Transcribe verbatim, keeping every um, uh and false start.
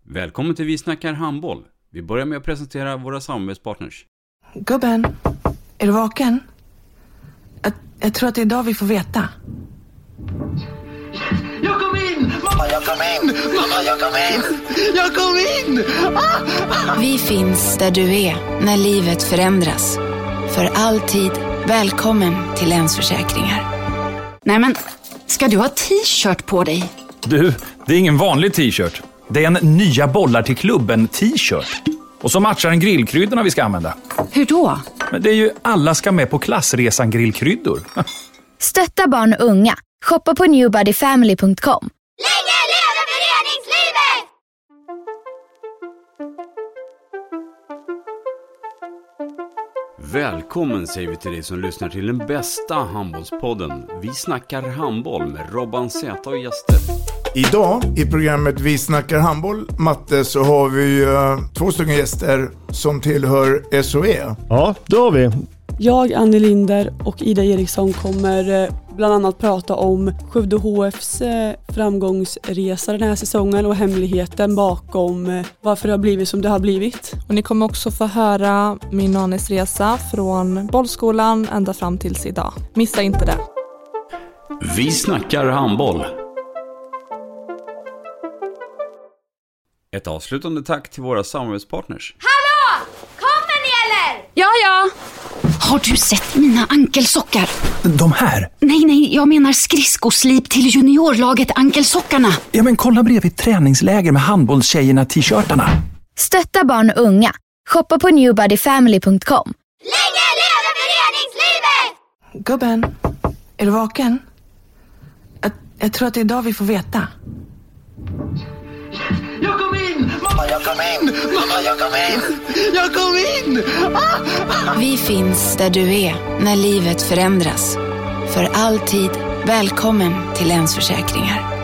Välkommen till Vi snackar handboll. Vi börjar med att presentera våra samarbetspartners. Gubben, är du vaken? Jag, jag tror att det är idag vi får veta. Jag kom in! Mamma, jag kom in! Mamma, jag kom in! Jag kom in! Ah! Vi finns där du är när livet förändras. För alltid välkommen till Länsförsäkringar. Nej men, ska du ha t-shirt på dig? Du, det är ingen vanlig t-shirt. Det är en nya bollar till klubben t-shirt. Och så matchar den grillkryddorna vi ska använda. Hur då? Men det är ju alla ska med på klassresan grillkryddor. Stötta barn och unga. Shoppa på new body family punkt com. Länge leve föreningslivet! Välkommen säger vi till dig som lyssnar till den bästa handbollspodden. Vi snackar handboll med Robban Zäta och gäster. Idag i programmet Vi snackar handboll, Matte, så har vi uh, två stycken gäster som tillhör S O E. Ja, det har vi. Jag, Annie Linder och Ida Eriksson kommer bland annat prata om Skövde H F:s framgångsresa den här säsongen och hemligheten bakom varför det har blivit som det har blivit. Och ni kommer också få höra min och Annis resa från bollskolan ända fram tills idag. Missa inte det. Vi snackar handboll. Ett avslutande tack till våra samarbetspartners. Hallå! Kommer ni eller? Ja, ja. Har du sett mina ankelsockar? De här? Nej, nej, jag menar skridskoslip till juniorlaget Ankelsockarna. Ja, men kolla bredvid träningsläger med handbollstjejerna t-shirtarna. Stötta barn och unga. Shoppa på new body family punkt com. Länge leve föreningslivet! Gubben, är du vaken? Jag, jag tror att det är idag vi får veta. Jag kom in! Mamma, jag kom in! Mamma, jag kom in! Jag kom in! Ah! Vi finns där du är när livet förändras. För alltid välkommen till Länsförsäkringar.